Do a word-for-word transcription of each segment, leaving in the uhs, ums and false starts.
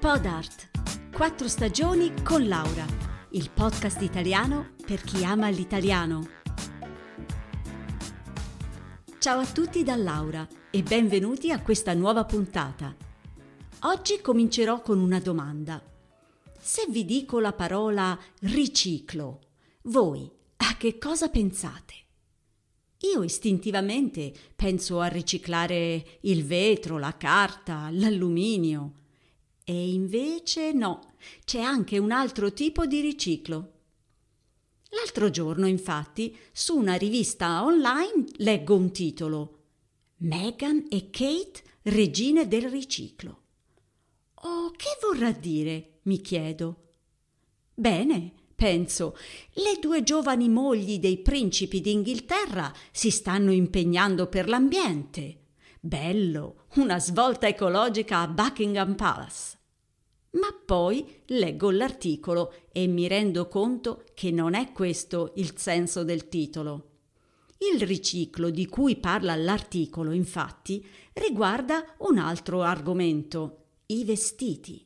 Podart, quattro stagioni con Laura, il podcast italiano per chi ama l'italiano. Ciao a tutti da Laura e benvenuti a questa nuova puntata. Oggi comincerò con una domanda. Se vi dico la parola riciclo, voi a che cosa pensate? Io istintivamente penso a riciclare il vetro, la carta, l'alluminio. E invece no, c'è anche un altro tipo di riciclo. L'altro giorno, infatti, su una rivista online leggo un titolo: Meghan e Kate, regine del riciclo. Oh, che vorrà dire? Mi chiedo. Bene, penso, le due giovani mogli dei principi d'Inghilterra si stanno impegnando per l'ambiente. Bello, una svolta ecologica a Buckingham Palace. Ma poi leggo l'articolo e mi rendo conto che non è questo il senso del titolo. Il riciclo di cui parla l'articolo, infatti, riguarda un altro argomento: i vestiti.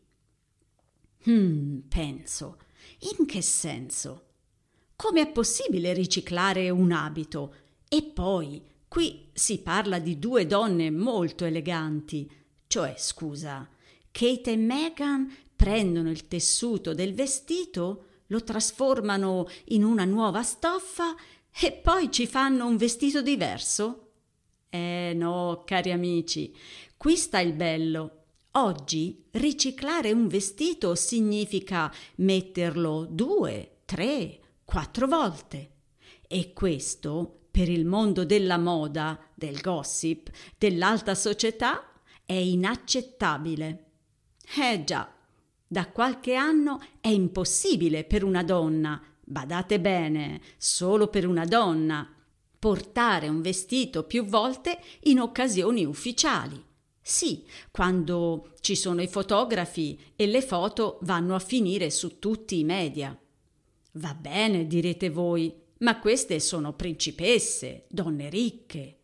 Hmm, penso, in che senso? Come è possibile riciclare un abito? E poi, qui si parla di due donne molto eleganti, cioè, scusa, Kate e Meghan prendono il tessuto del vestito, lo trasformano in una nuova stoffa e poi ci fanno un vestito diverso? Eh no, cari amici, qui sta il bello. Oggi riciclare un vestito significa metterlo due, tre, quattro volte. E questo, per il mondo della moda, del gossip, dell'alta società, è inaccettabile. Eh già, da qualche anno è impossibile per una donna, badate bene, solo per una donna, portare un vestito più volte in occasioni ufficiali. Sì, quando ci sono i fotografi e le foto vanno a finire su tutti i media. Va bene, direte voi, ma queste sono principesse, donne ricche.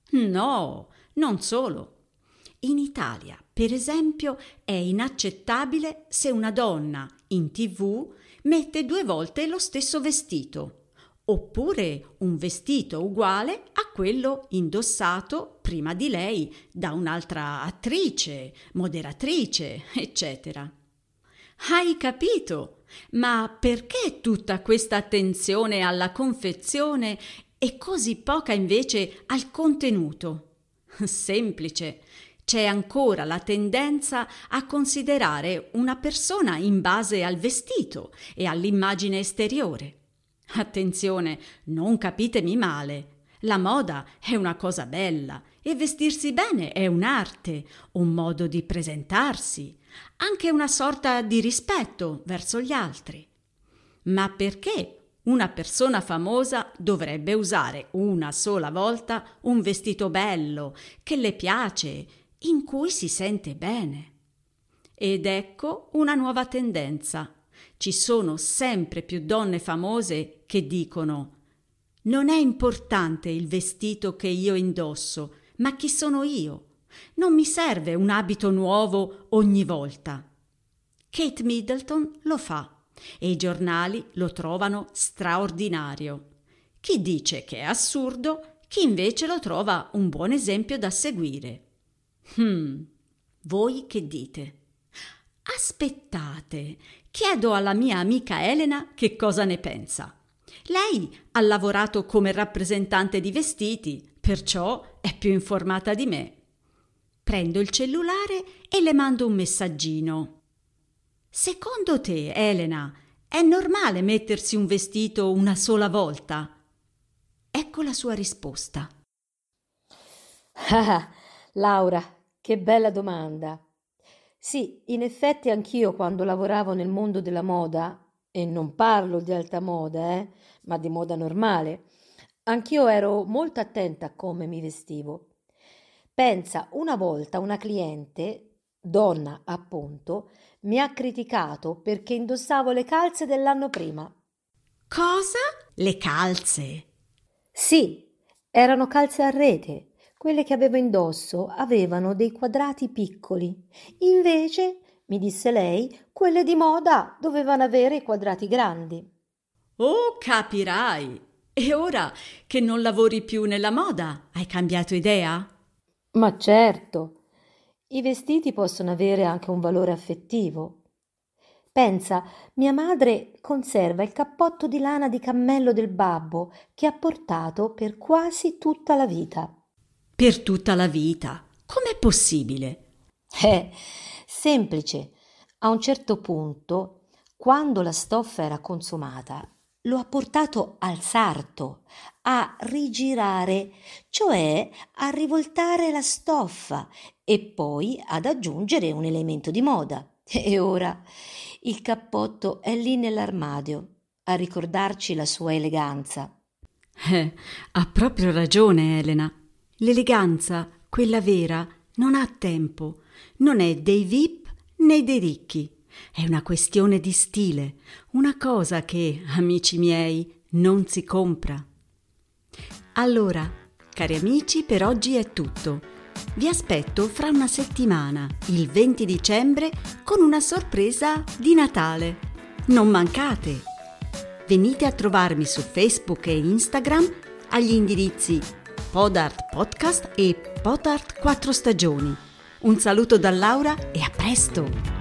No, non solo. In Italia, per esempio, è inaccettabile se una donna in tivù mette due volte lo stesso vestito, oppure un vestito uguale a quello indossato prima di lei da un'altra attrice, moderatrice, eccetera. Hai capito? Ma perché tutta questa attenzione alla confezione e così poca invece al contenuto? Semplice. C'è ancora la tendenza a considerare una persona in base al vestito e all'immagine esteriore. Attenzione, non capitemi male. La moda è una cosa bella e vestirsi bene è un'arte, un modo di presentarsi, anche una sorta di rispetto verso gli altri. Ma perché una persona famosa dovrebbe usare una sola volta un vestito bello, che le piace, in cui si sente bene? Ed ecco una nuova tendenza. Ci sono sempre più donne famose che dicono: non è importante il vestito che io indosso, ma chi sono io. Non mi serve un abito nuovo ogni volta. Kate Middleton lo fa e i giornali lo trovano straordinario. Chi dice che è assurdo, chi invece lo trova un buon esempio da seguire. Hmm, voi che dite? Aspettate, chiedo alla mia amica Elena che cosa ne pensa. Lei ha lavorato come rappresentante di vestiti, perciò è più informata di me. Prendo il cellulare e le mando un messaggino. Secondo te, Elena, è normale mettersi un vestito una sola volta? Ecco la sua risposta. Ah, Laura, che bella domanda. Sì, in effetti anch'io quando lavoravo nel mondo della moda, e non parlo di alta moda, eh, ma di moda normale, anch'io ero molto attenta a come mi vestivo. Pensa, una volta una cliente, donna appunto, mi ha criticato perché indossavo le calze dell'anno prima. Cosa? Le calze? Sì, erano calze a rete. Quelle che avevo indosso avevano dei quadrati piccoli, invece Mi disse lei, quelle di moda dovevano avere i quadrati grandi. Oh, capirai! E ora che non lavori più nella moda, hai cambiato idea? Ma certo, i vestiti possono avere anche un valore affettivo. Pensa, mia madre conserva il cappotto di lana di cammello del babbo che ha portato per quasi tutta la vita. Per tutta la vita? Com'è possibile? Eh, semplice. A un certo punto, quando la stoffa era consumata, lo ha portato al sarto, a rigirare, cioè a rivoltare la stoffa e poi ad aggiungere un elemento di moda. E ora il cappotto è lì nell'armadio a ricordarci la sua eleganza. Eh, ha proprio ragione Elena. L'eleganza, quella vera, non ha tempo. Non è dei V I P né dei ricchi. È una questione di stile, una cosa che, amici miei, non si compra. Allora, cari amici, per oggi è tutto. Vi aspetto fra una settimana, il venti dicembre, con una sorpresa di Natale. Non mancate! Venite a trovarmi su Facebook e Instagram agli indirizzi Podart Podcast e Podart quattro Stagioni. Un saluto da Laura e a presto!